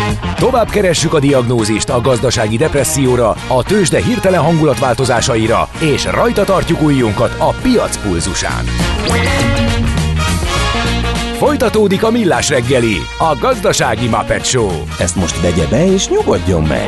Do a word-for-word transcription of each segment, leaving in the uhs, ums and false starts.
Tovább keressük a diagnózist a gazdasági depresszióra, a tőzsde hirtelen hangulatváltozásaira, és rajta tartjuk ujjunkat a piac pulzusán. Folytatódik a Millás reggeli, a gazdasági Muppet Show. Ezt most vegye be és nyugodjon meg!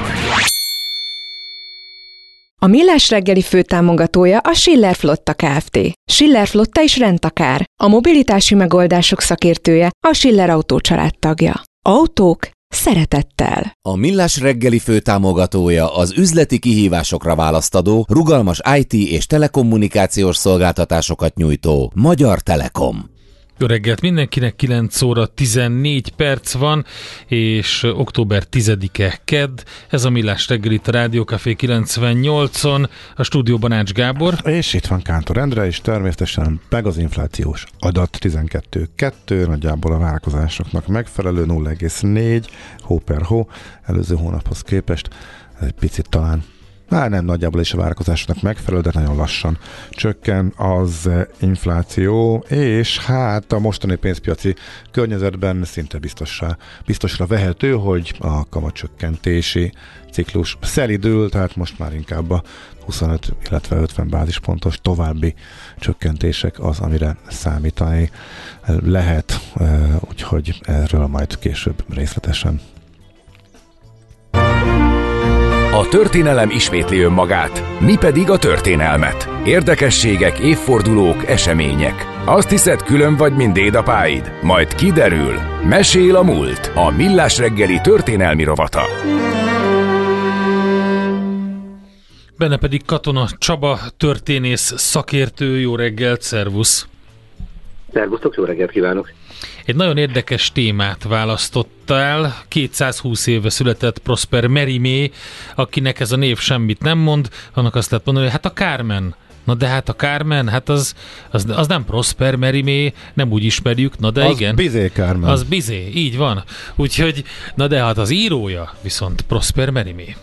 A Millás reggeli főtámogatója a Schiller Flotta Kft. Schiller Flotta is rendtakár. A mobilitási megoldások szakértője, a Schiller Autó család tagja. Autók szeretettel. A Millás reggeli főtámogatója az üzleti kihívásokra választadó, rugalmas i té és telekommunikációs szolgáltatásokat nyújtó Magyar Telekom. Jó reggelt mindenkinek, kilenc óra tizennégy perc van, és október tizedike kedd. Ez a Millás reggel itt a Rádió Café kilencvennyolcon, a stúdióban Ács Gábor. És itt van Kántor Endre, és természetesen meg az inflációs adat tizenkettő egész kettő, nagyjából a várakozásoknak megfelelő nulla egész négy hó per hó, előző hónaphoz képest, egy picit talán. Hát nem, nagyjából is a várakozásnak megfelelő, de nagyon lassan csökken az infláció, és hát a mostani pénzpiaci környezetben szinte biztosra, biztosra vehető, hogy a kamatcsökkentési ciklus szelidül, tehát most már inkább a huszonöt, illetve ötven bázispontos további csökkentések az, amire számítani lehet, úgyhogy erről majd később részletesen. A történelem ismétli önmagát, mi pedig a történelmet. Érdekességek, évfordulók, események. Azt hiszed, külön vagy, mint dédapáid? Majd kiderül. Mesél a múlt. A Millás reggeli történelmi rovata. Benne pedig Katona Csaba, történész szakértő. Jó reggelt, szervusz! Szervusztok, jó reggelt kívánok! Egy nagyon érdekes témát választottál. kétszázhúsz éve született Prosper Mérimée, akinek ez a név semmit nem mond, annak azt lehet mondani, hogy hát a Carmen. Na de hát a Carmen, hát az, az, az nem Prosper Mérimée, nem úgy ismerjük, na de az igen. Az Bizé Carmen. Az Bizé, így van. Úgyhogy, na de hát az írója viszont Prosper Mérimée.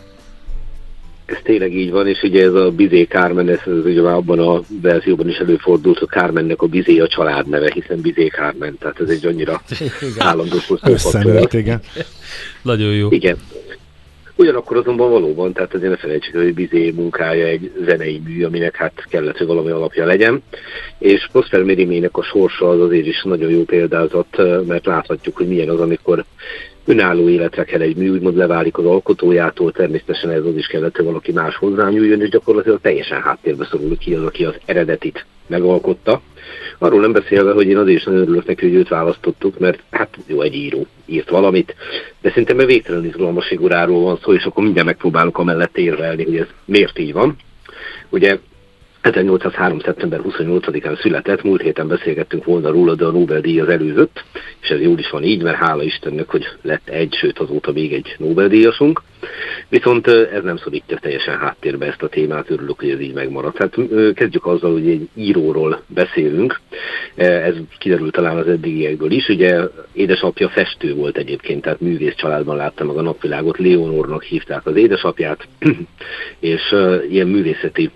Ez tényleg így van, és ugye ez a Bizé Carmen, ez, ez ugye már abban a verzióban is előfordult, hogy Carmennek a Bizé a családneve, hiszen Bizé Carmen, tehát ez egy annyira állandó összenőtt, igen. Nagyon jó. Igen. Ugyanakkor azonban valóban, tehát azért ne felejtsük, hogy Bizé munkája egy zenei mű, aminek hát kellett, hogy valami alapja legyen, és Prosper Mérimének a sorsa az azért is nagyon jó példázat, mert láthatjuk, hogy milyen az, amikor önálló életre kell egy mű, úgymond leválik az alkotójától, természetesen ez az is kellett, hogy valaki más hozzányúljon, és gyakorlatilag teljesen háttérbe szorul ki az, aki az eredetit megalkotta. Arról nem beszélve, hogy én azért is nagyon örülök neki, hogy őt választottuk, mert hát jó, egy író írt valamit, de szerintem egy végtelen izgalmas figuráról van szó, és akkor mindjárt megpróbálok amellett érvelni, hogy ez miért így van. Ugye ezernyolcszázhárom. szeptember huszonnyolcadikán született, múlt héten beszélgettünk volna róla, de a Nobel-díj az előzött, és ez jól is van így, mert hála Istennek, hogy lett egy, sőt azóta még egy Nobel-díjasunk. Viszont ez nem szorítja teljesen háttérbe ezt a témát, örülök, hogy ez így megmaradt. Hát kezdjük azzal, hogy egy íróról beszélünk, ez kiderült talán az eddigiekből is, ugye édesapja festő volt egyébként, tehát művész családban látta meg a napvilágot, Leonornak hívták az édesapját, és ilyen művészeti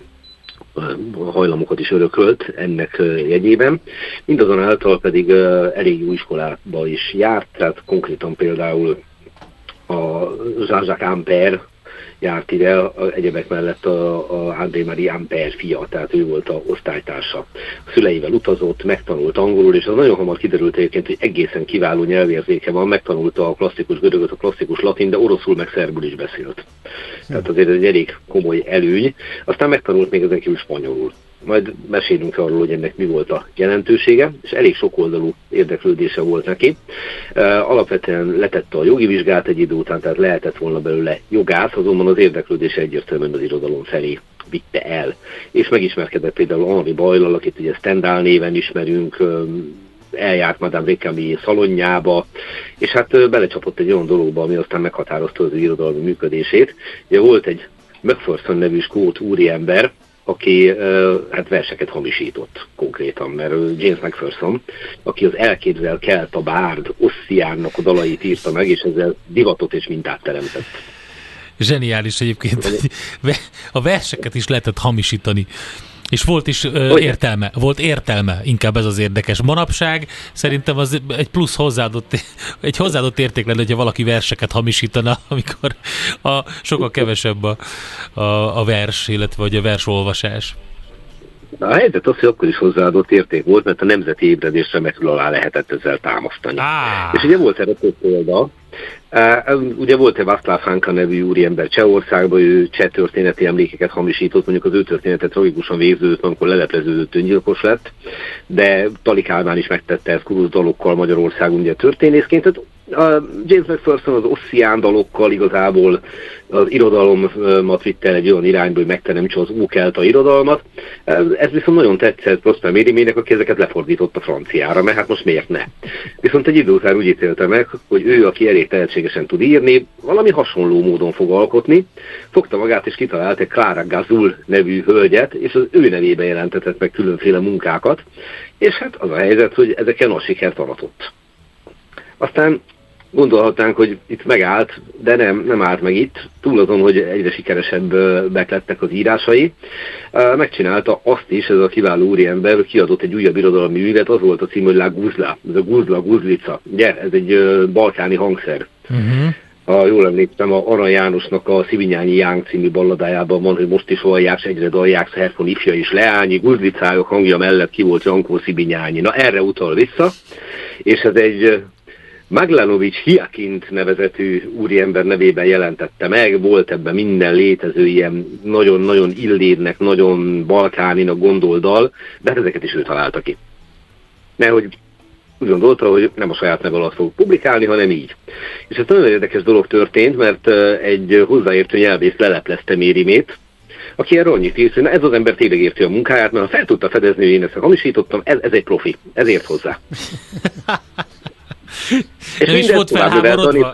hajlamokat is örökölt ennek jegyében. Mindazonáltal pedig elég jó iskolába is járt, tehát konkrétan például a Jean-Jacques Ampère járt ide, egyebek mellett a, a André-Marie Ampère fia, tehát ő volt a osztálytársa. A szüleivel utazott, megtanult angolul, és az nagyon hamar kiderült egyébként, hogy egészen kiváló nyelvérzéke van, megtanulta a klasszikus görögöt, a klasszikus latin, de oroszul meg szerbül is beszélt. Tehát azért ez egy elég komoly előny. Aztán megtanult még ezen kívül spanyolul. Majd mesélünk arról, hogy ennek mi volt a jelentősége, és elég sokoldalú érdeklődése volt neki. Alapvetően letette a jogi vizsgát egy idő után, tehát lehetett volna belőle jogász, azonban az érdeklődése egyértelműen az irodalom felé vitte el. És megismerkedett például Henri Boyle-al, akit ugye Stendhal néven ismerünk, eljárt Madame Récamier szalonjába, és hát belecsapott egy olyan dologba, ami aztán meghatározta az irodalmi működését. Ugye volt egy Macpherson nevű skót úriember, aki hát verseket hamisított konkrétan, mert James Macpherson, aki az Elképzel kelt a bárd Ossiánnak a dalait írta meg, és ezzel divatot és mintát teremtett. Zseniális egyébként, a verseket is lehetett hamisítani. És volt is ö, értelme, volt értelme, inkább ez az érdekes. Manapság szerintem az egy plusz hozzáadott, egy hozzáadott érték lenne, hogyha valaki verseket hamisítana, amikor a, sokkal kevesebb a, a, a vers, illetve vagy a versolvasás. A helyzet az, hogy akkor is hozzáadott érték volt, mert a nemzeti ébredés remekül alá lehetett ezzel támasztani. Ah. És ugye volt erre több példa. Uh, ugye volt egy Václav Hanka nevű úriember Csehországban, ő cseh történeti emlékeket hamisított, mondjuk az ő történetet tragikusan végződött, amikor lelepleződött öngyilkos lett, de Tali Kálmán is megtette ezt kurusz dalokkal Magyarországon ugye történészként. Tehát a James McPherson az osszián dalokkal igazából az irodalomat vitte el egy olyan irányba, hogy megteremtse az ókelta irodalmat. Ez viszont nagyon tetszett Prosper Mérimée-nek, aki ezeket lefordította franciára, mert hát most miért ne? Viszont egy idő után úgy ítélte meg, hogy ő, aki elég tehetségesen tud írni, valami hasonló módon fog alkotni, fogta magát és kitalált egy Clara Gazul nevű hölgyet, és az ő nevében jelentetett meg különféle munkákat, és hát az a helyzet, hogy ezeken nagy sikert aratott. Aztán gondolhatnánk, hogy itt megállt, de nem, nem állt meg itt, túl azon, hogy egyre sikeresebbek lettek az írásai. Megcsinálta azt is, ez a kiváló úriember, hogy kiadott egy újabb irodalmi művet, az volt a cím, hogy La Guzla, ez a Guzla, Guzlica. Ugye, ez egy balkáni hangszer. Uh-huh. Ha jól emlékszem, a Arany Jánosnak a Szivinyányi Jáng című balladájában van, hogy most is hallják, egyre dalják, Szerfon ifja és leányi, Guzlicájok hangja mellett ki volt Jankó Szivinyányi. Na erre utal vissza, és ez egy Maglanovics Hiakint nevezetű úriember nevében jelentette meg, volt ebben minden létező ilyen nagyon-nagyon illérnek, nagyon balkáninak gondolt dal, de hát ezeket is ő találta ki. Mert hogy úgy gondolta, hogy nem a saját neve alatt fog publikálni, hanem így. És ez nagyon érdekes dolog történt, mert egy hozzáértő nyelvész leleplezte Mérimét, aki erről annyit írt, hogy na, ez az ember tényleg érti a munkáját, mert ha fel tudta fedezni, hogy én ezt hamisítottam, ez, ez egy profi, ezért hozzá. És nem is volt felháborodva?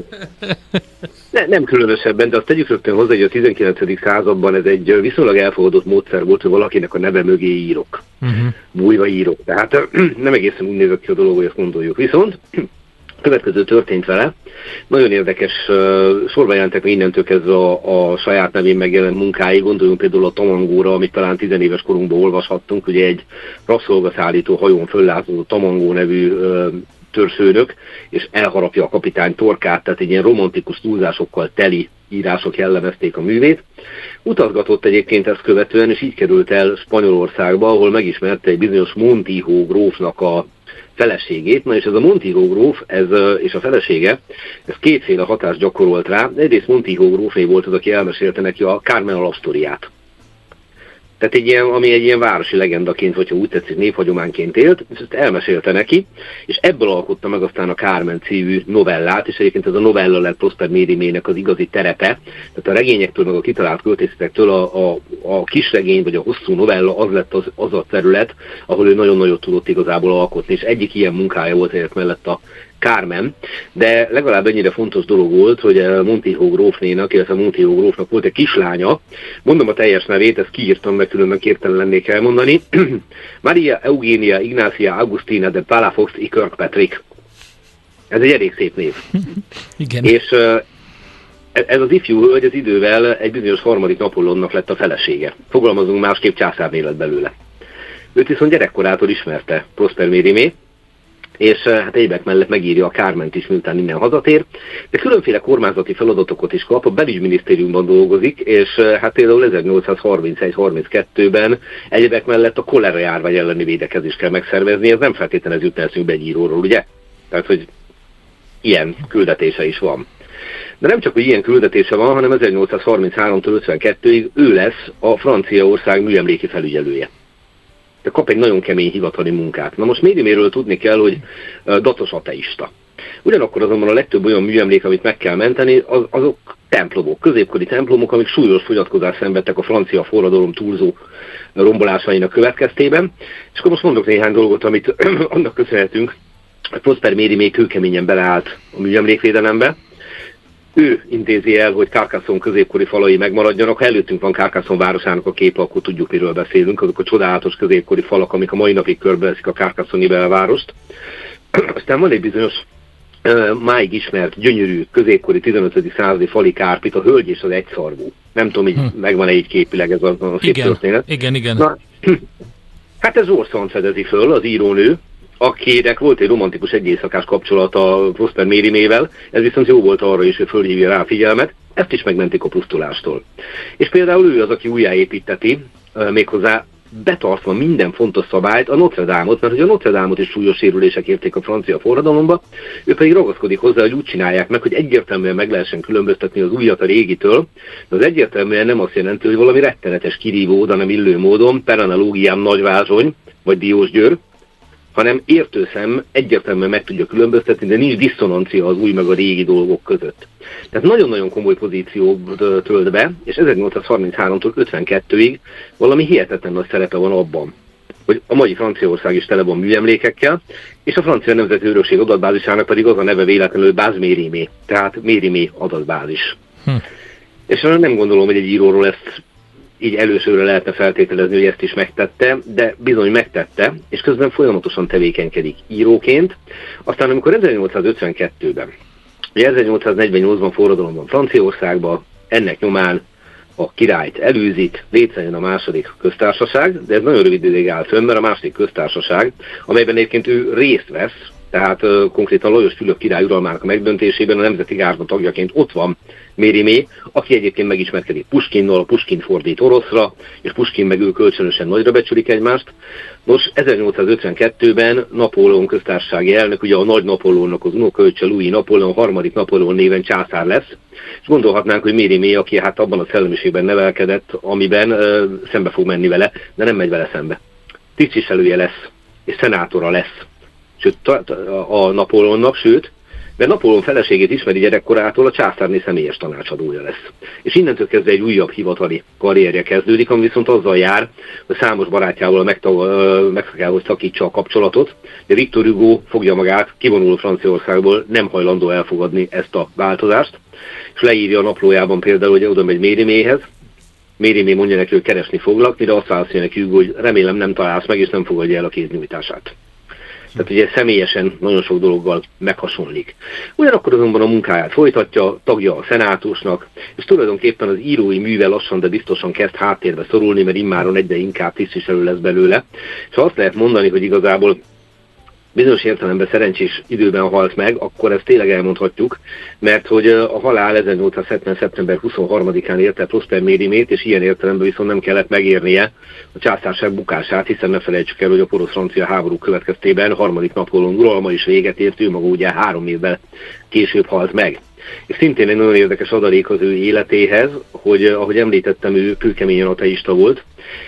Ne, nem különösebben, de azt tegyük rögtön hozzá, hogy a tizenkilencedik században ez egy viszonylag elfogadott módszer volt, hogy valakinek a neve mögé írok. Uh-huh. Bújva írok. Tehát nem egészen úgy nézett ki a dolog, hogy azt gondoljuk. Viszont következő történt vele. Nagyon érdekes, uh, sorba jelentek meg innentől kezdve a, a saját nevén megjelent munkái. Gondoljunk például a Tamangóra, amit talán tizenéves korunkban olvashattunk, ugye egy rabszolgaszállító hajón föllázadó Tamangó nevű uh, törzsőnök, és elharapja a kapitány torkát, tehát egy ilyen romantikus túlzásokkal teli írások jellemezték a művét. Utazgatott egyébként ezt követően, és így került el Spanyolországba, ahol megismerte egy bizonyos Montijo grófnak a feleségét. Na és ez a Montijo gróf ez, és a felesége, ez kétféle hatást gyakorolt rá. Egyrészt Montijo grófné volt az, aki elmesélte neki a Carmen alapsztoriát. Tehát egy ilyen, ami egy ilyen városi legendaként, hogyha úgy tetszik, névhagyományként élt, és ezt elmesélte neki, és ebből alkotta meg aztán a Carmen című novellát, és egyébként ez a novella lett Prosper Mérimének az igazi terepe, tehát a regényektől, meg a kitalált költészetektől a, a, a kisregény, vagy a hosszú novella az lett az, az a terület, ahol ő nagyon nagyot tudott igazából alkotni, és egyik ilyen munkája volt egyet mellett a Carmen, de legalább ennyire fontos dolog volt, hogy Montijo grófnénak, illetve Montijo grófnak volt egy kislánya, mondom a teljes nevét, ezt kiírtam, meg különben képtelen lennék elmondani, Maria Eugenia Ignacia Augustina de Palafox y Kirkpatrick. Ez egy elég szép név. Igen. És ez az ifjú hölgy az idővel egy bizonyos harmadik Napóleonnak lett a felesége. Fogalmazunk másképp, császárné lett belőle. Őt viszont gyerekkorától ismerte Prosper Mérimée, és hát egyebek mellett megírja a Carment is, miután innen hazatér, de különféle kormányzati feladatokat is kap, a belügyminisztériumban dolgozik, és hát például ezernyolcszázharmincegy harminckettőben egyebek mellett a kolera járvány elleni védekezést kell megszervezni, ez nem feltétlenül jut eszünkbe egy íróról, ugye? Tehát, hogy ilyen küldetése is van. De nem csak, hogy ilyen küldetése van, hanem ezernyolcszázharmincháromtól ötvenkettőig ő lesz a Franciaország műemléki felügyelője. De kap egy nagyon kemény hivatali munkát. Na most Mériméről tudni kell, hogy datos ateista. Ugyanakkor azonban a legtöbb olyan műemlék, amit meg kell menteni, az, azok templomok, középkori templomok, amik súlyos fogyatkozást szenvedtek a francia forradalom túlzó rombolásainak következtében. És akkor most mondok néhány dolgot, amit annak köszönhetünk, hogy Prosper Mérimée kőkeményen beleállt a műemlékvédelembe. Ő intézi el, hogy Carcassonne középkori falai megmaradjanak. Ha előttünk van Carcassonne városának a képe, akkor tudjuk, miről beszélünk. Azok a csodálatos középkori falak, amik a mai napig körbeveszik a Carcassonne-i belvárost. Aztán van egy bizonyos uh, máig ismert, gyönyörű, középkori tizenötödik századi fali kárpit, a Hölgy és az egyszarvú. Nem tudom, így hm. megvan-e így képileg ez a, a szép igen, történet. Igen, igen. Na, Hát ez Zsorszant fedezi föl, az írónő, akinek volt egy romantikus egyéjszakás kapcsolata Prosper Mérimée-vel, ez viszont jó volt arra is, hogy fölhívja rá a figyelmet, ezt is megmentik a pusztulástól. És például ő az, aki újjáépíteti, méghozzá betartva minden fontos szabályt, a Notre Dame-ot, mert hogy a Notre Dame-ot is súlyos sérülések érték a francia forradalomba, ő pedig ragaszkodik hozzá, hogy úgy csinálják meg, hogy egyértelműen meg lehessen különböztetni az újat a régitől, de az egyértelműen nem azt jelenti, hogy valami rettenetes kirívó, de nem illő módon, per analógiám Nagyvázsony, vagy Diósgyőr, hanem értőszem egyértelműen meg tudja különböztetni, de nincs diszonancia az új meg a régi dolgok között. Tehát nagyon-nagyon komoly pozíciót tölt be, és ezernyolcszázharmincháromtól ötvenkettőig valami hihetetlen nagy szerepe van abban, hogy a mai Franciaország is tele van műemlékekkel, és a francia nemzeti örökség adatbázisának pedig az a neve véletlenül Base Mérimée, tehát Mérimée adatbázis. Hm. És nem gondolom, hogy egy íróról ezt így előszörre lehetne feltételezni, hogy ezt is megtette, de bizony megtette, és közben folyamatosan tevékenykedik íróként. Aztán amikor ezernyolcszázötvenkettőben, ezernyolcszáznegyvennyolcban forradalomban Franciaországban, ennek nyomán a királyt elűzik, létrejön a második köztársaság, de ez nagyon rövid ideig áll fönn, mert a második köztársaság, amelyben egyébként ő részt vesz, tehát uh, konkrétan Lajos Fülöp király uralmának a megdöntésében a Nemzeti Gárda tagjaként ott van Mérimée, aki egyébként megismerkedik Puskinnal, Puskin fordít oroszra, és Puskin meg ő kölcsönösen nagyra becsülik egymást. Nos, ezernyolcszázötvenkettőben Napóleon köztársasági elnök, ugye a nagy Napóleonnak az unokaöccse Louis Napóleon harmadik Napóleon néven császár lesz, és gondolhatnánk, hogy Mérimée, aki hát abban a szellemiségben nevelkedett, amiben uh, szembe fog menni vele, de nem megy vele szembe. Tisztviselője lesz, és szenátora lesz. Sőt, a Napóleonnak, sőt, mert Napóleon feleségét ismeri gyerekkorától, a császárné személyes tanácsadója lesz. És innentől kezdve egy újabb hivatali karrierje kezdődik, ami viszont azzal jár, hogy számos barátjával meg kell, hogy szakítsa a kapcsolatot, de Victor Hugo fogja magát, kivonul Franciaországból, nem hajlandó elfogadni ezt a változást, és leírja a naplójában például, hogy oda megy Mériméhez, Mérimée mondja neki, hogy keresni foglak, mire azt válaszolja neki Hugo, hogy remélem nem találsz meg, és nem fogadja el a kéznyújtását. Tehát ugye személyesen nagyon sok dologgal meghasonlik. Ugyanakkor azonban a munkáját folytatja, tagja a szenátusnak, és tulajdonképpen az írói műve lassan, de biztosan kezd háttérbe szorulni, mert immáron egyre inkább tisztviselő lesz belőle. És ha azt lehet mondani, hogy igazából bizonyos értelemben szerencsés időben halt meg, akkor ezt tényleg elmondhatjuk, mert hogy a halál ezernyolcszázhetven. szeptember huszonharmadikán érte Prosper Mérimée-t, és ilyen értelemben viszont nem kellett megérnie a császárság bukását, hiszen ne felejtsük el, hogy a porosz-francia háború következtében harmadik Napóleon uralma is véget ért, ő maga ugye három évvel később halt meg. És szintén egy nagyon érdekes adalék az ő életéhez, hogy ahogy említettem, ő kőkeményen ateista volt.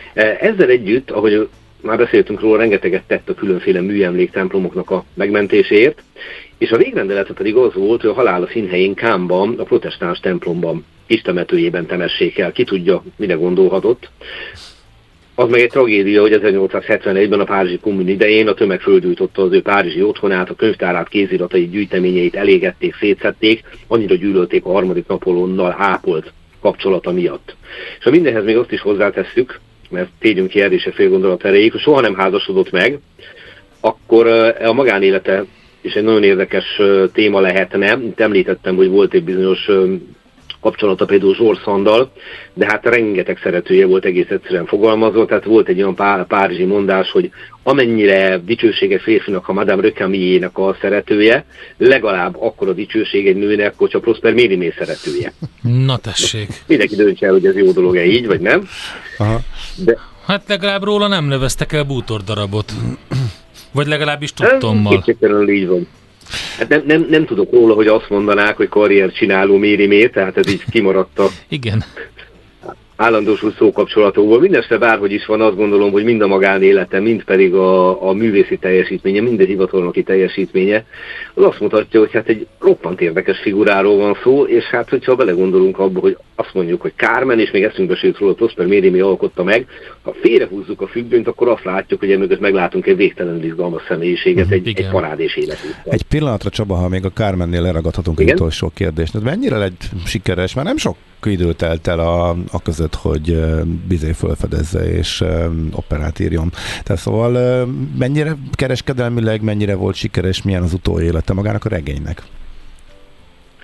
Ezzel együtt, ahogy már beszéltünk róla, rengeteget tett a különféle műemléktemplomoknak a megmentéséért, és a végrendelete pedig az volt, hogy a halála színhelyén Caenban, a protestáns templomban, istemetőjében temessék el, ki tudja, mire gondolhatott. Az meg egy tragédia, hogy ezernyolcszázhetvenegyben a párizsi kommun idején a tömeg földgyújtotta az ő párizsi otthonát, a könyvtárát, kéziratait, gyűjteményeit elégették, szétszették, annyira gyűlölték a harmadik Napóleonnal ápolt kapcsolata miatt. És ha mindenhez még azt is hozzátesszük, mert térjünk ki erre is egy fél gondolat erejéig, hogy soha nem házasodott meg, akkor a magánélete is egy nagyon érdekes téma lehetne. Itt említettem, hogy volt egy bizonyos kapcsolata például Zsorszanddal, de hát rengeteg szeretője volt, egész egyszerűen fogalmazva, tehát volt egy olyan pá- párizsi mondás, hogy amennyire dicsősége férfinak a Madame Recamier-nek a szeretője, legalább akkora dicsőség egy nőnek, hogyha Prosper Mérimée szeretője. Na tessék. Mindenki döntse el, hogy ez jó dolog-e így, vagy nem. Aha. De hát legalább róla nem neveztek el bútordarabot. Vagy legalábbis tudtommal. Kétségtelenül így van. Hát nem, nem, nem tudok róla, hogy azt mondanák, hogy karrier csináló Mérimée, tehát ez így kimaradt a Igen. állandósul szókapcsolatokból. Mindenesetre bárhogy is van, azt gondolom, hogy mind a magánélete, mind pedig a, a művészi teljesítménye, mind a hivatalnoki teljesítménye, az azt mutatja, hogy hát egy roppant érdekes figuráról van szó, és hát hogyha belegondolunk abba, hogy azt mondjuk, hogy Carmen, és még eszünkbe sőt róla, Prosper Mérimée alkotta meg, ha félrehúzzuk a függönyt, akkor azt látjuk, hogy emögött meglátunk egy végtelenül izgalmas személyiséget, egy, egy parádés életét. Egy pillanatra, Csaba, ha még a Carmennél leragadhatunk egy utolsó kérdést. Mennyire lett sikeres? Már nem sok idő telt el a, a között, hogy uh, bizé fölfedezze és uh, operát írjon. Tehát szóval uh, mennyire kereskedelmileg, mennyire volt sikeres, milyen az utóélete magának a regénynek?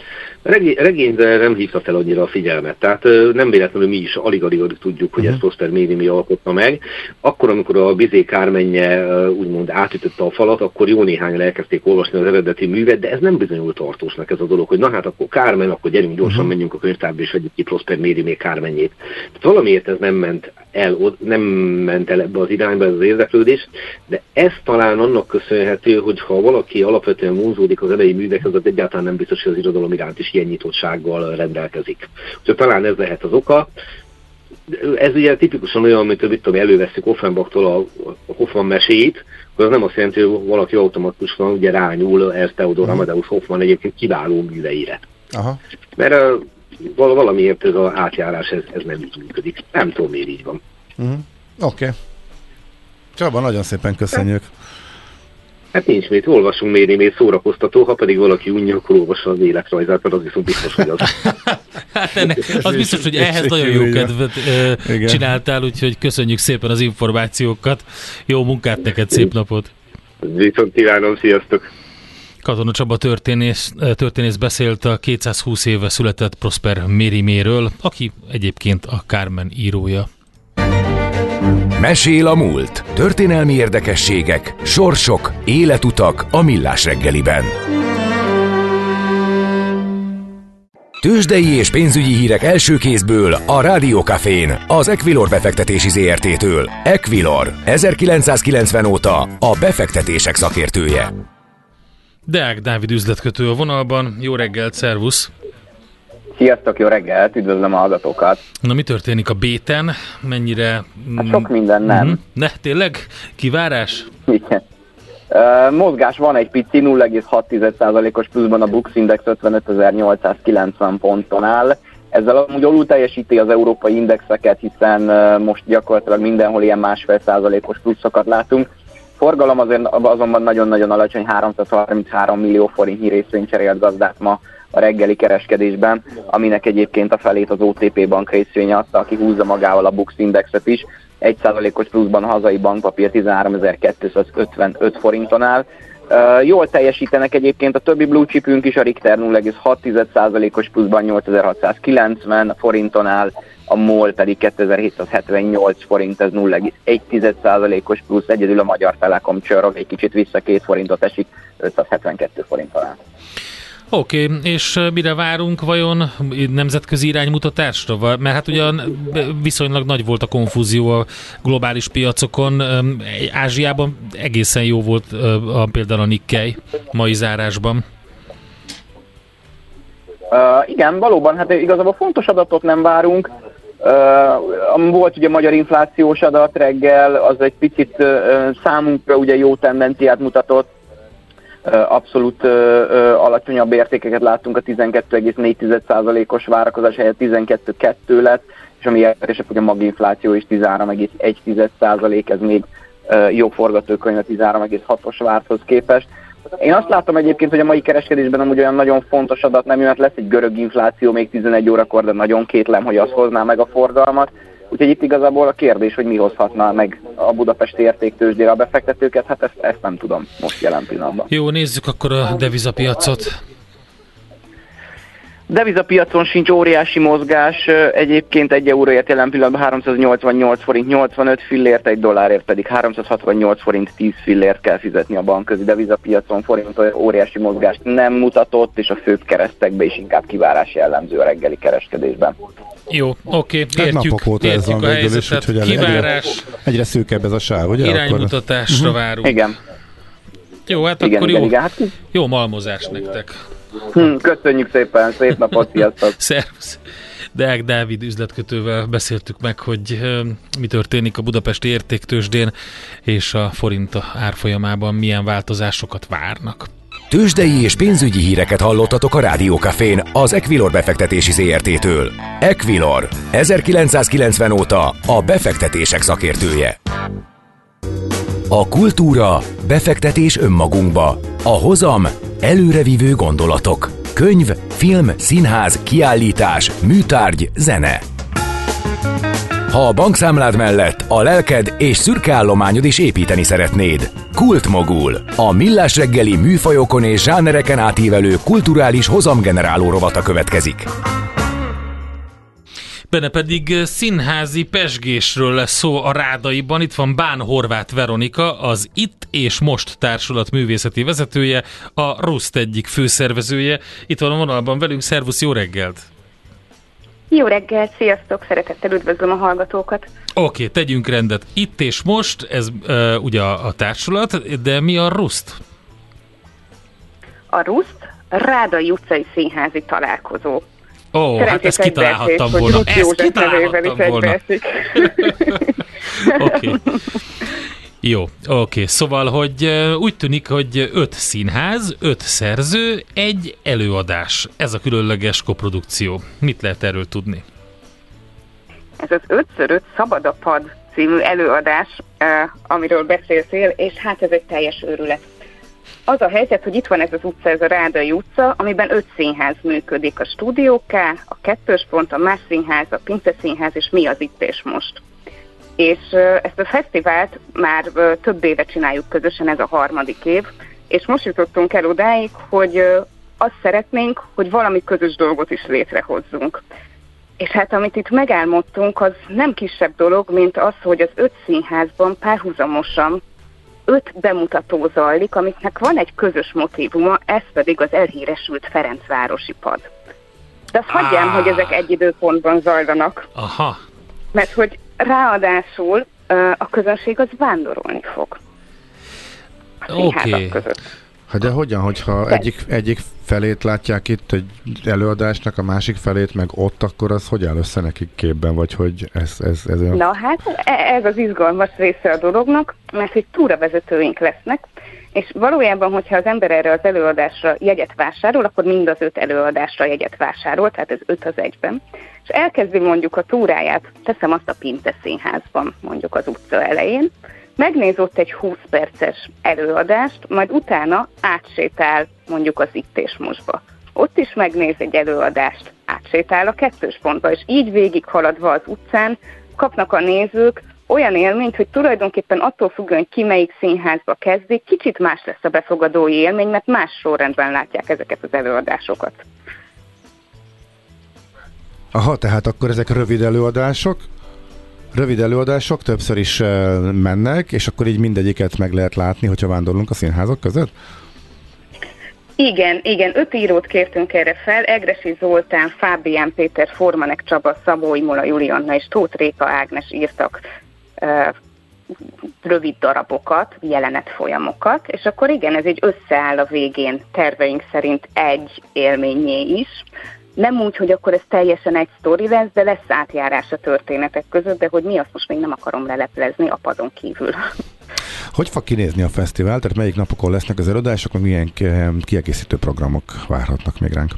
Regény, regényre nem hívta fel annyira a figyelmet, tehát nem véletlenül mi is alig-alig tudjuk, hogy uh-huh. ezt Prosper Mérimée alkotta meg. Akkor, amikor a Bizé Kármenje úgymond átütötte a falat, akkor jó néhányan elkezdték olvasni az eredeti művet, de ez nem bizonyult tartósnak ez a dolog, hogy na hát akkor Kármen, akkor gyerünk gyorsan uh-huh. menjünk a könyvtárba és vegyük ki Prosper Mérimée Kármenjét. Tehát valamiért ez nem ment el, nem ment el ebbe az irányba ez az érdeklődés, de ez talán annak köszönhető, hogy ha valaki alapvetően vonzódik az elejé művekhez, az egyáltalán nem biztos, hogy az irodalom iránt is ilyen nyitottsággal rendelkezik. Úgyhogy talán ez lehet az oka. Ez ugye tipikusan olyan, amit mit tudom, előveszünk Offenbachtól a Hoffmann meséit, akkor az nem azt jelenti, hogy valaki automatikusan ugye rányúl Ernst Theodor Amadeus Hoffmann egyébként kiváló műveire. Aha. Mert uh, valamiért ez az átjárás ez, ez nem így működik. Nem tudom, miért így van. Uh-huh. Oké. Okay. Csaba, nagyon szépen köszönjük. Hát nincs mit, olvasunk Mérimét, szórakoztató, ha pedig valaki unja, akkor olvassa az életrajzát, mert az viszont biztos, hogy az. Hát ennek, az biztos, hogy ehhez nagyon jó kedvet e, csináltál, úgyhogy köszönjük szépen az információkat. Jó munkát neked, szép napot! Viszont kívánom, sziasztok! Katona Csaba történész, történész beszélt a kétszázhúsz éve született Prosper Mériméről, aki egyébként a Kármen írója. Mesél a múlt. Történelmi érdekességek, sorsok, életutak a Millás reggeliben. Tőzsdei és pénzügyi hírek első kézből a Rádió Cafén, az Equilor befektetési zé er té-től. Equilor, ezerkilencszázkilencven óta a befektetések szakértője. Deák Dávid üzletkötő a vonalban. Jó reggelt, szervusz! Sziasztok, jó reggelt, üdvözlöm a hallgatókat! Na, mi történik a Béten? Mennyire... Hát sok minden nem. Mm-hmm. Ne, tényleg? Kivárás? Igen. Uh, mozgás van egy pici, nulla egész hat százalékos pluszban a Bux Index ötvenötezer-nyolcszázkilencven ponton áll. Ezzel amúgy alul teljesíti az európai indexeket, hiszen uh, most gyakorlatilag mindenhol ilyen másfél százalékos pluszokat látunk. Forgalom azért azonban nagyon-nagyon alacsony, háromszázharminchárom millió forintnyi részvényt cserélt gazdát ma a reggeli kereskedésben, aminek egyébként a felét az o té pé bank részvénye adta, aki húzza magával a Bux Indexet is. egy százalékos pluszban a hazai bankpapír tizenháromezer-kétszázötvenöt forinton áll. Uh, jól teljesítenek egyébként a többi blue chipünk is, a Richter nulla egész hat százalékos pluszban nyolcezer-hatszázkilencven forinton áll, a MOL pedig kétezer-hétszázhetvennyolc forint, ez nulla egész egy százalékos plusz, egyedül a Magyar Telekom csörög egy kicsit vissza, két forintot esik, ötszázhetvenkettő forinton áll. Oké, okay, és mire várunk vajon nemzetközi iránymutatásra? Mert hát ugyan viszonylag nagy volt a konfúzió a globális piacokon. Ázsiában egészen jó volt a, például a Nikkei mai zárásban. Uh, igen, valóban, hát igazából fontos adatot nem várunk. Uh, volt ugye magyar inflációs adat reggel, az egy picit uh, számunkra ugye jó tendenciát mutatott. Abszolút uh, uh, alacsonyabb értékeket láttunk, a tizenkettő egész négy százalékos várakozás helyett tizenkettő egész kettő lett, és ami érdekesebb, hogy a maginfláció is tizenhárom egész egy százalék, ez még uh, jobb forgatókönyv a tizenhárom egész hatos várthoz képest. Én azt látom egyébként, hogy a mai kereskedésben amúgy olyan nagyon fontos adat nem jön, mert lesz egy görög infláció még tizenegy órakor, de nagyon kétlem, hogy az hozná meg a forgalmat. Úgyhogy itt igazából a kérdés, hogy mi hozhatná meg a budapesti értéktőzsdére a befektetőket, hát ezt, ezt nem tudom most jelen pillanatban. Jó, nézzük akkor a devizapiacot. Devizapiacon sincs óriási mozgás, egyébként egy euróért jelen pillanatban háromszáznyolcvannyolc forint nyolcvanöt fillért, egy dollárért pedig háromszázhatvannyolc forint tíz fillért kell fizetni a bankközi devizapiacon. Forint óriási mozgást nem mutatott, és a főbb keresztekbe is inkább kivárás jellemző a reggeli kereskedésben. Jó, oké, okay, értjük, óta ez értjük a helyzetet, is, kivárás, egyre, egyre szűkebb ez a sáv, ugye? Iránymutatásra akkor... várunk. Igen. Jó, hát igen, akkor igen, jó, igen, hát... jó malmozás nektek. Hm, köszönjük szépen, szép napot, sziasztok! Szervusz! Deák Dávid üzletkötővel beszéltük meg, hogy mi történik a budapesti értéktőzsdén, és a forint árfolyamában milyen változásokat várnak. Tőzsdei és pénzügyi híreket hallottatok a Rádió Cafén az Equilor befektetési zé er té-től. Equilor, ezerkilencszázkilencven óta a befektetések szakértője. A kultúra, befektetés önmagunkba. A hozam, előrevívő gondolatok. Könyv, film, színház, kiállítás, műtárgy, zene. ha a bankszámlád mellett a lelked és szürke állományod is építeni szeretnéd. Kultmogul, a millás reggeli műfajokon és zsánereken átívelő kulturális hozamgeneráló rovata következik. Benne pedig színházi pezsgésről lesz szó a Rádaiban. Itt van Bán Horváth Veronika, az Itt és Most társulat művészeti vezetője, a Ruszt egyik főszervezője. Itt van a vonalban velünk, szervusz, jó reggelt! Jó reggelt, sziasztok, szeretettel üdvözlöm a hallgatókat! Oké, okay, tegyünk rendet. Itt és Most, ez uh, ugye a, a társulat, de mi a Ruszt? A Ruszt Rádai utcai színházi találkozó. Ó, oh, hát ezt kitalálhattam volna. Ezt kitalálhattam volna. Oké. Okay. Jó, oké. Okay. Szóval, hogy úgy tűnik, hogy öt színház, öt szerző, egy előadás. Ez a különleges koprodukció. Mit lehet erről tudni? Ez az ötször öt Szabad a pad című előadás, amiről beszéltél, és hát ez egy teljes őrület. Az a helyzet, hogy itt van ez az utca, ez a Rádai utca, amiben öt színház működik, a Stúdió K, a Kettős Pont, a Más Színház, a Pince Színház, és mi az Itt és Most. És ezt a fesztivált már több éve csináljuk közösen, ez a harmadik év, és most jutottunk el odáig, hogy azt szeretnénk, hogy valami közös dolgot is létrehozzunk. És hát amit itt megálmodtunk, az nem kisebb dolog, mint az, hogy az öt színházban párhuzamosan öt bemutató zajlik, amiknek van egy közös motívuma, ez pedig az elhíresült Ferencvárosi pad. De azt hagyjám, hogy ezek egy időpontban zajlanak. Aha. Mert hogy ráadásul a közönség az vándorolni fog. Oké. Okay. Hát de hogyan, hogyha egyik, egyik felét látják itt egy előadásnak, a másik felét meg ott, akkor az hogy áll össze nekik képben, vagy hogy ez... ez, ez olyan... Na hát ez az izgalmas része a dolognak, mert hogy túravezetőink lesznek, és valójában, hogyha az ember erre az előadásra jegyet vásárol, akkor mind az öt előadásra jegyet vásárol, tehát ez öt az egyben, és elkezdi mondjuk a túráját, teszem azt a Pince Színházban, mondjuk az utca elején, megnéz ott egy húsz perces előadást, majd utána átsétál mondjuk az Itt és Mostba. Ott is megnéz egy előadást, átsétál a Kettős Pontba, és így végighaladva az utcán kapnak a nézők olyan élményt, hogy tulajdonképpen attól függően, hogy ki melyik színházba kezdik, kicsit más lesz a befogadói élmény, mert más sorrendben látják ezeket az előadásokat. Aha, tehát akkor ezek rövid előadások, rövid előadások többször is mennek, és akkor így mindegyiket meg lehet látni, hogyha vándorlunk a színházak között? Igen, igen, öt írót kértünk erre fel, Egressy Zoltán, Fábián Péter, Formanek Csaba, Szabó Imola Julianna és Tóth Réka Ágnes írtak uh, rövid darabokat, jelenetfolyamokat, és akkor igen, ez egy összeáll a végén terveink szerint egy élményé is. Nem úgy, hogy akkor ez teljesen egy sztori lesz, de lesz átjárás a történetek között, de hogy mi, azt most még nem akarom leleplezni a padon kívül. Hogy fog kinézni a fesztivál? Tehát melyik napokon lesznek az előadások, meg milyen kiegészítő programok várhatnak még ránk?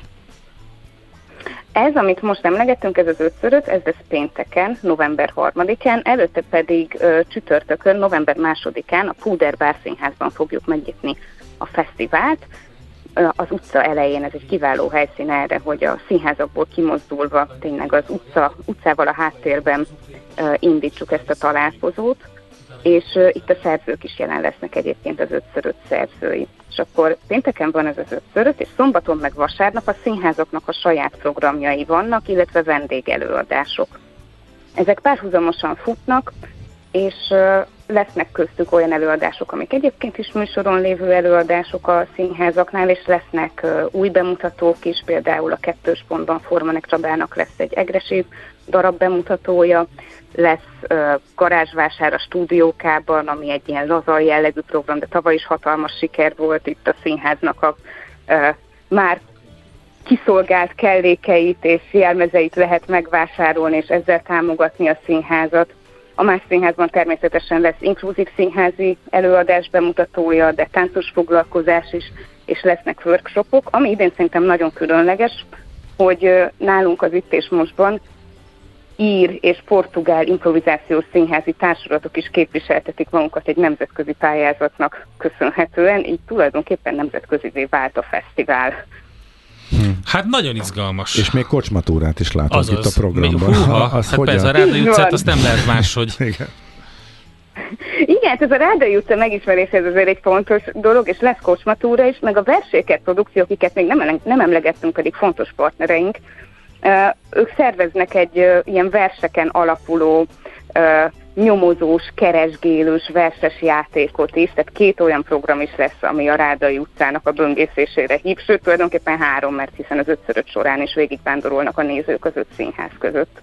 Ez, amit most emlegettünk, ez az ötször öt, ez lesz pénteken, november harmadikán, előtte pedig ö, csütörtökön, november másodikán a Puder Bárszínházban fogjuk megnyitni a fesztivált. Az utca elején, ez egy kiváló helyszín erre, hogy a színházakból kimozdulva tényleg az utca, utcával a háttérben uh, indítsuk ezt a találkozót, és uh, itt a szerzők is jelen lesznek egyébként, az ötször öt szerzői. És akkor pénteken van ez az ötször öt, és szombaton meg vasárnap a színházaknak a saját programjai vannak, illetve vendégelőadások. Ezek párhuzamosan futnak, és uh, lesznek köztük olyan előadások, amik egyébként is műsoron lévő előadások a színházaknál, és lesznek uh, új bemutatók is, például a Kettős Pontban Formanek Csabának lesz egy Egressy darab bemutatója, lesz uh, garázsvásár a Stúdió K-ban, ami egy ilyen laza jellegű program, de tavaly is hatalmas siker volt, itt a színháznak a uh, már kiszolgált kellékeit és jelmezeit lehet megvásárolni, és ezzel támogatni a színházat. A Más Színházban természetesen lesz inkluzív színházi előadás bemutatója, de táncos foglalkozás is, és lesznek workshopok, ami idén szerintem nagyon különleges, hogy nálunk az Itt és Mostban ír és portugál improvizációs színházi társulatok is képviseltetik magukat egy nemzetközi pályázatnak köszönhetően, így tulajdonképpen nemzetközivé vált a fesztivál. Hm. Hát nagyon izgalmas. És még kocsmatúrát is látunk Azaz. itt a programban. Mi, húha, az hát persze a Rádai utcát azt nem lehet máshogy. Igen. Igen, ez a Rádai utca megismeréshez azért egy fontos dolog, és lesz kocsmatúra is, meg a Verséket produkció, akiket még nem, nem emlegettünk, pedig fontos partnereink. Uh, ők szerveznek egy uh, ilyen verseken alapuló uh, nyomozós, keresgélős, verses játékot is, tehát két olyan program is lesz, ami a Rádai utcának a böngészésére hív, sőt tulajdonképpen három, mert hiszen az ötszöröt során is végigvándorolnak a nézők az öt színház között.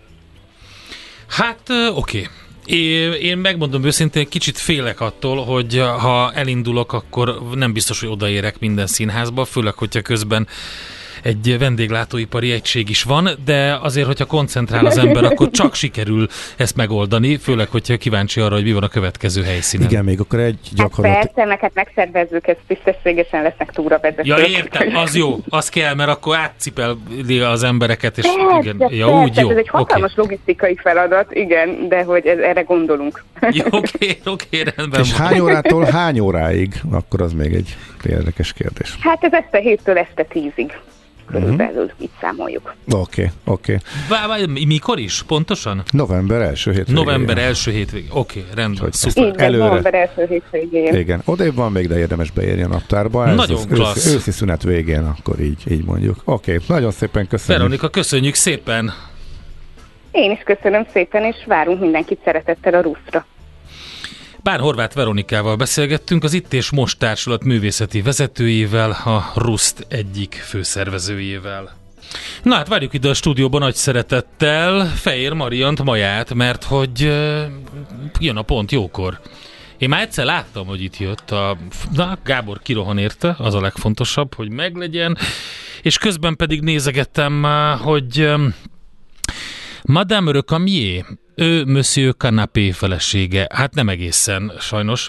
Hát oké. Okay. Én megmondom őszintén, kicsit félek attól, hogy ha elindulok, akkor nem biztos, hogy odaérek minden színházba, főleg, hogyha közben egy vendéglátóipari egység is van, de azért, hogyha koncentrál az ember, akkor csak sikerül ezt megoldani, főleg, hogyha kíváncsi arra, hogy mi van a következő helyszínen. Igen, még akkor egy gyakorlat... Hát persze, meg hát megszervezzük, ezt tisztességesen lesznek túravezetők. Ja, értem, az jó, az kell, mert akkor átcipeli az embereket, és persze, igen, persze, ja, úgy jó. ez egy hatalmas okay. logisztikai feladat, igen, de hogy ez, erre gondolunk. Jó, oké, oké, rendben. És hány órától hány óráig? Akkor az még egy érdekes kérdés. Hát ez este héttől este tízig. Körülbelül uh-huh. így számoljuk. Oké, okay, oké. Okay. Mikor is? Pontosan? November első hétvégén. November első hétvégén. Oké, okay, rendben. Szuper. Így, előre. November első hétvégén. Igen, odébb van még, de érdemes beérni a naptárba. Ez nagyon klassz. Őszi, őszi szünet végén, akkor így, így mondjuk. Oké, okay, nagyon szépen köszönjük. Veronika, köszönjük szépen. Én is köszönöm szépen, és várunk mindenkit szeretettel a rusztra. Bán Horváth Veronikával beszélgettünk, az Itt és Most társulat művészeti vezetőjével, a Ruszt egyik főszervezőjével. Na hát várjuk ide a stúdióban nagy szeretettel Fejér Mariant Maját, mert hogy uh, jön a pont jókor. Én már egyszer láttam, hogy itt jött a... Na, Gábor kirohan érte, az a legfontosabb, hogy meglegyen, és közben pedig nézegettem, hogy um, Madame Recamier, ő Monsieur Canapé felesége. Hát nem egészen, sajnos.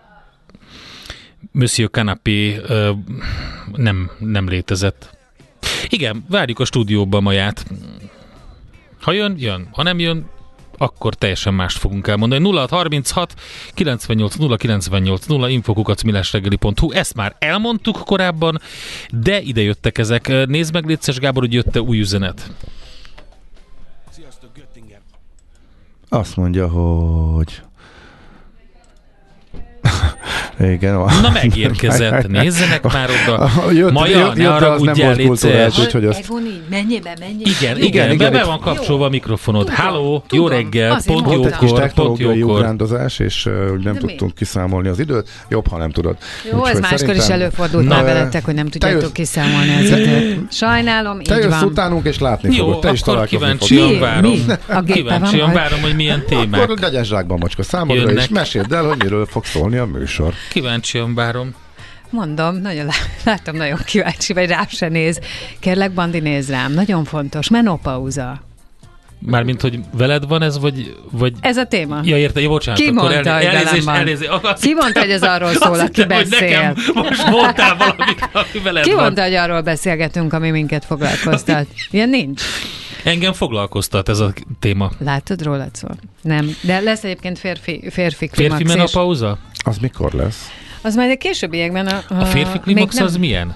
Monsieur Canapé ö, nem, nem létezett. Igen, várjuk a stúdióba Maját. Ha jön, jön. Ha nem jön, akkor teljesen mást fogunk elmondani. nulla hat harminchat kilencvennyolc nulla kilencvennyolc nulla infokukac millásreggeli pont hu. Ezt már elmondtuk korábban, de ide jöttek ezek. Nézd meg, létszes Gábor, hogy jött-e új üzenet. Azt mondja, hogy... Igen. Na megérkezett, nézzenek már oda. Jött, Maja, jött, ne arra udjál, létszés. Egoni, mennyibe, mennyibe. Igen, igen, igen, igen, be van kapcsolva a mikrofonod. Halló, jó reggel, pont jókor, egy kis technológiai jókor. ugrándozás, és uh, nem De tudtunk mi? kiszámolni az időt. Jobb, ha nem tudod. Jó, ez máskor szerintem... is előfordult már veletek, hogy nem tudjátok jössz... kiszámolni az időt. Sajnálom, te így van. Te jössz utánunk, és látni jó, fogod. Te is találkozni fogod. Kíváncsian várom. Kíváncsian várom, hogy milyen témák. Akkor legyen zsákban macska számodra, és meséld el, hogy miről fog szólni a műsor. Kíváncsian várom. Mondom, nagyon látom, nagyon kíváncsi, vagy rám se néz. Kérlek, Bandi, nézz rám. Nagyon fontos. Menopauza. Mármint, hogy veled van ez, vagy... vagy... Ez a téma. Ja, érte, jó, bocsánat. Ki mondta, el, hogy elnézést, velem elnézést, van? Ki mondta, hogy ez arról szól, aki beszél? Most mondtál valamit, ami veled Ki van. mondta, hogy arról beszélgetünk, ami minket foglalkoztat? Ilyen nincs. Engem foglalkoztat ez a téma. Látod, rólad szól? Nem. De lesz egyébként férfi, férfi klimax. Férfi menopauza? Az mikor lesz? Az majd a későbbiekben a... A, a férfi klimax nem... az milyen?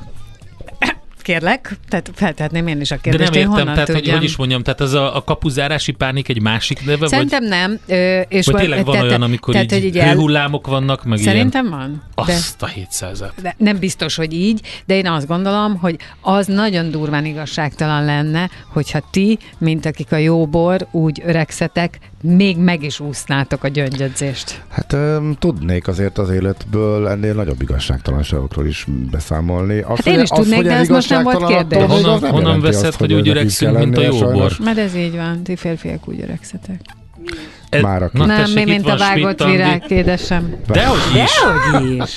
Kérlek, tehát feltehetném én is a kérdést. De nem én értem, tehát hogy, hogy is mondjam, tehát ez a, a kapuzárási pánik egy másik neve? Szerintem vagy, nem. Ö, és vagy tényleg van tehát, olyan, amikor tehát, így, így hőhullámok vannak, meg Szerintem ilyen. van. Azt de, a hétszázat. De nem biztos, hogy így, de én azt gondolom, hogy az nagyon durván igazságtalan lenne, hogyha ti, mint akik a jóbor, úgy öregszetek, még meg is úsznátok a gyöngyödzést. Hát um, tudnék azért az életből ennél nagyobb igazságtalanságokról is beszámolni. Az, hát én is az, tudnék, de ez most nem volt kérdés. Attól, honnan nem honnan veszed, azt, hogy, hogy úgy öregszünk, mint a jóbor? Mert ez így van, ti férfiak úgy öregszetek. Ez, Már na, nem, mi, mint a vágott virág, édesem. Dehogy is. Dehogy is.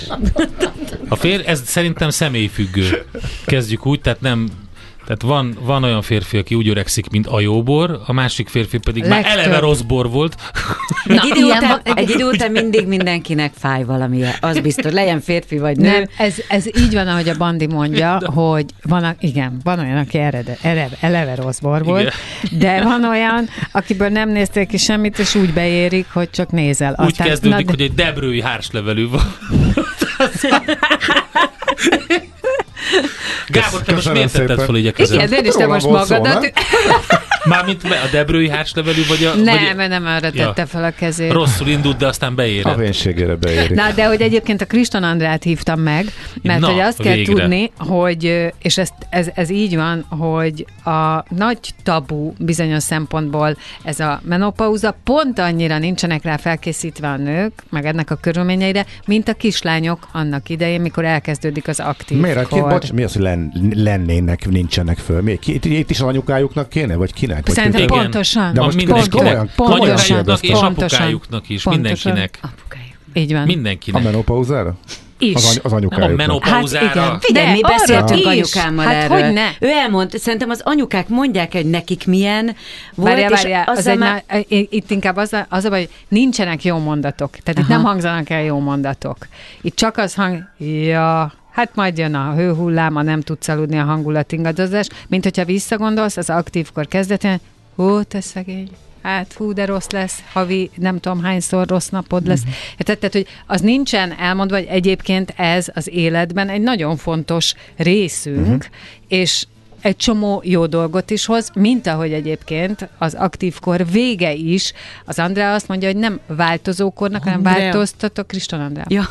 A fér, ez szerintem személyfüggő. Kezdjük úgy, tehát nem... Tehát van, van olyan férfi, aki úgy öregszik, mint a jóbor, a másik férfi pedig Legtöbb. már eleve rossz bor volt. Na, egy, idő után, egy idő után mindig mindenkinek fáj valamilyen. Az biztos, legyen férfi vagy nő. Nem, ez, ez így van, ahogy a Bandi mondja, de. hogy van, a, igen, van olyan, aki erede, eleve, eleve rossz bor volt, igen. De van olyan, akiből nem néztél ki semmit, és úgy beérik, hogy csak nézel. Úgy Aztán, kezdődik, de... hogy egy debrői hárslevelű van. Gábor, te most miért tetted fel így a kezed? Igen, de én is te most magadat... Mármint a debrői hárslevelű, vagy a... Nem, vagy... nem arra tette ja. fel a kezét. Rosszul indult, de aztán beérett. A vénségére beérik. Na, de hogy egyébként a Kriston Andrát hívtam meg, mert Na, hogy azt végre. kell tudni, hogy, és ez, ez, ez így van, hogy a nagy tabu bizonyos szempontból ez a menopauza, pont annyira nincsenek rá felkészítve a nők, meg ennek a körülményeire, mint a kislányok annak idején, mikor elkezdődik az aktív Miért? kor. Bocs, mi az, hogy len, lennének, nincsenek föl? Mi? Itt, itt is az anyukájuknak kéne, vagy kinek? Szerintem Igen. pontosan. De most mindenkinek. Anyukájuknak és pontosan. apukájuknak is, Pontosan. mindenkinek. Apukájuk. Így van. Mindenkinek. A menopauzára? Is. Az, any- az anyukájuknak. Nem a menopauzára. Hát igen. Figyelj, mi arra beszéltünk is. anyukámmal Hát erről. hogyne? Ő elmondta, szerintem az anyukák mondják, hogy nekik milyen volt, Várjál, várjál, és az azzal egy már... már, itt inkább az a, az a baj, hogy nincsenek jó mondatok. Tehát itt Aha. nem hangzanak el jó mondatok. Itt csak az hang, ja, hát majd jön a hőhullám, a nem tudsz aludni, a hangulatingadozás, mint hogyha visszagondolsz az aktívkor kezdetén, ó, te szegény, hát hú, de rossz lesz, havi nem tudom hányszor rossz napod lesz. Mm-hmm. Tehát, tehát, hogy az nincsen elmondva, hogy egyébként ez az életben egy nagyon fontos részünk, mm-hmm. és egy csomó jó dolgot is hoz, mint ahogy egyébként az aktívkor vége is. Az Andrea azt mondja, hogy nem változókornak, hanem változtatok, Kriston Andrea. Ja.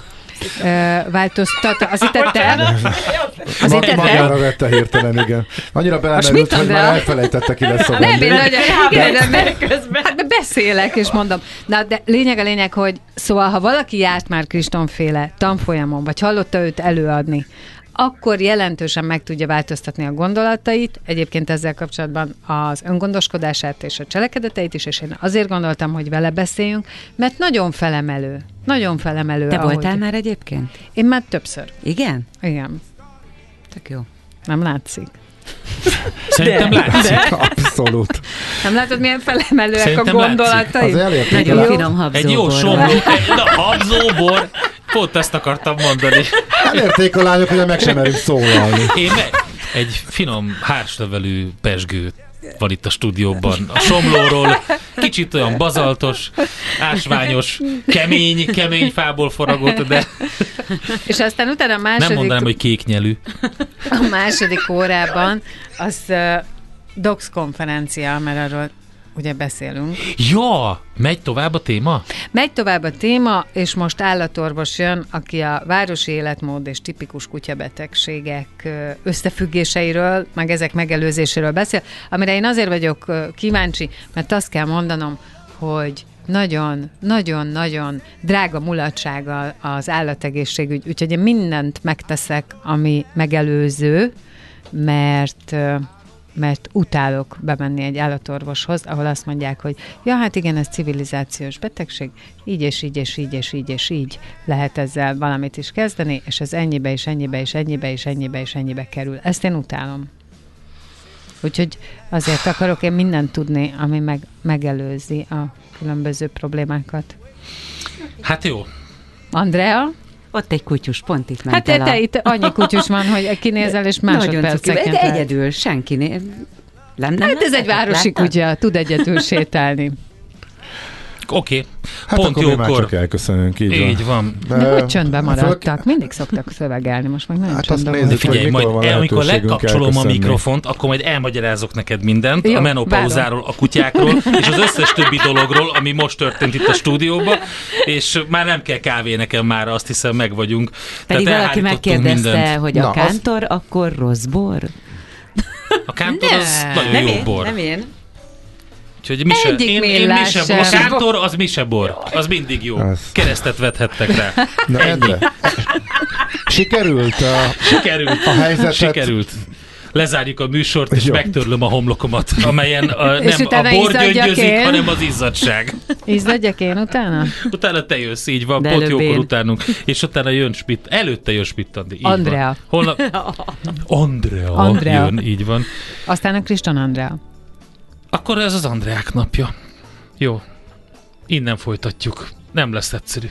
Ö, változtat, az itt te? Az Ma, itt te? magára vette hirtelen, igen. Annyira belemerült, hogy már elfelejtette, ki lesz a Nem, én vendég. nagyon, igen, de, hát beszélek, és mondom. Na, de lényeg a lényeg, hogy szóval, ha valaki járt már Kristonféle tanfolyamon, vagy hallotta őt előadni, akkor jelentősen meg tudja változtatni a gondolatait, egyébként ezzel kapcsolatban az öngondoskodását és a cselekedeteit is, és én azért gondoltam, hogy vele beszéljünk, mert nagyon felemelő. Nagyon felemelő. Te ahogy... voltál már egyébként? Én már többször. Igen? Igen. Tök jó. Nem látszik. Szerintem látszik. Abszolút. Nem látod, milyen felemelőek Szerintem a gondolatai? Az elérték Nagyon el- finom habzóbor. Egy jó somló. Na, habzóbor. Pont ezt akartam mondani. Elérték a lányok, hogy meg sem merünk szólalni. Én meg egy finom hárslevelű pezsgő van itt a stúdióban. A somlóról kicsit olyan bazaltos, ásványos, kemény, kemény fából faragott, de És aztán utána a második, nem mondanám, hogy kéknyelű. a második órában az uh, Docs konferencia, mert arról ugye beszélünk. Ja, megy tovább a téma? Megy tovább a téma, és most állatorvos jön, aki a városi életmód és tipikus kutyabetegségek összefüggéseiről, meg ezek megelőzéséről beszél, amire én azért vagyok kíváncsi, mert azt kell mondanom, hogy nagyon-nagyon-nagyon drága mulatsága az állategészségügy, úgyhogy én mindent megteszek, ami megelőző, mert... mert utálok bemenni egy állatorvoshoz, ahol azt mondják, hogy ja, hát igen, ez civilizációs betegség, így és így és így és így és így lehet ezzel valamit is kezdeni, és ez ennyibe és ennyibe és ennyibe és ennyibe és ennyibe kerül. Ezt én utálom. Úgyhogy azért akarok én mindent tudni, ami meg, megelőzi a különböző problémákat. Hát jó. Andrea? Ott egy kutyus, pont itt ment Hát el te a... itt annyi kutyus van, hogy kinézel, és Nagyon cuki, másodpercenként de lehet. egyedül, senki né... Nem, nem Hát ez egy városi láttad? kutya, tud egyedül sétálni. Oké, okay. Hát pont akkor mi már jókor. csak elköszönünk, így, Így van. De, de hogy csöndben maradtak? Mindig szoktak szövegelni, most meg nagyon Hát azt csöndben nézzük, van. Figyelj, mikor majd van el, amikor lehetőségünk lekapcsolom a elköszönni. mikrofont, akkor majd elmagyarázok neked mindent Jó, a menopauzáról, a kutyákról, és az összes többi dologról, ami most történt itt a stúdióban, és már nem kell kávé nekem, már azt hiszem meg vagyunk. Pedig Tehát valaki elhárítottunk megkérdezte, mindent. hogy Na, a kántor, az... akkor rossz bor? A kántor az nagyon Nem jó én, bor. nem én. Úgyhogy Mise, Egyik én, én millás Mise bor. A sem. kántor az Mise bor. Az mindig jó. Az. Keresztet vethettek rá. Na, Endre, sikerült a, Sikerült. a helyzetet. Sikerült. Lezárjuk a műsort, és Jó. megtörlöm a homlokomat, amelyen a, És nem a utána bor izzadjak gyöngyözik, én? hanem az izzadság. Ízlegyek én utána? Utána te jössz, így van, De pont előbb jókor én. utánunk. És utána jön Spitt, előtte jön Spitt Andi. Így Andrea. Van. Holnap... Andrea, Andrea. jön, így van. Aztán a Kriston Andrea. Akkor ez az Andreák napja. Jó, innen folytatjuk. Nem lesz egyszerű.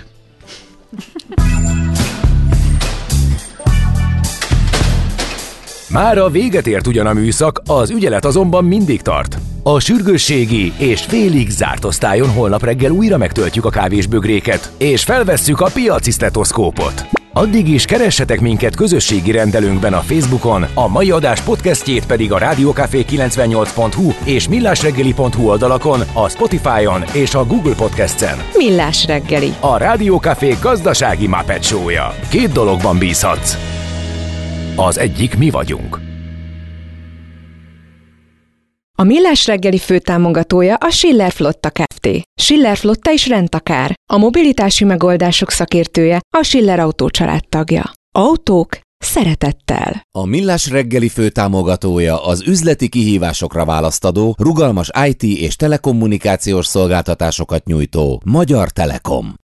Mára véget ért ugyan a műszak, az ügyelet azonban mindig tart. A sürgősségi és félig zárt osztályon holnap reggel újra megtöltjük a kávésbögréket, és felvesszük a piaci sztetoszkópot. Addig is keressetek minket közösségi rendelőnkben a Facebookon, a mai adás podcastjét pedig a rádiókafé kilencvennyolc pont hu és millásreggeli pont hu oldalakon, a Spotify-on és a Google Podcast-en. Millás reggeli. A Rádiókafé gazdasági Muppet Show-ja. Két dologban bízhatsz. Az egyik mi vagyunk. A Millás reggeli főtámogatója a Schiller Flotta Kft. Schiller Flotta és rendtakár. A mobilitási megoldások szakértője, a Schiller Autó családtagja. Autók szeretettel. A Millás reggeli főtámogatója az üzleti kihívásokra választadó, rugalmas i té és telekommunikációs szolgáltatásokat nyújtó Magyar Telekom.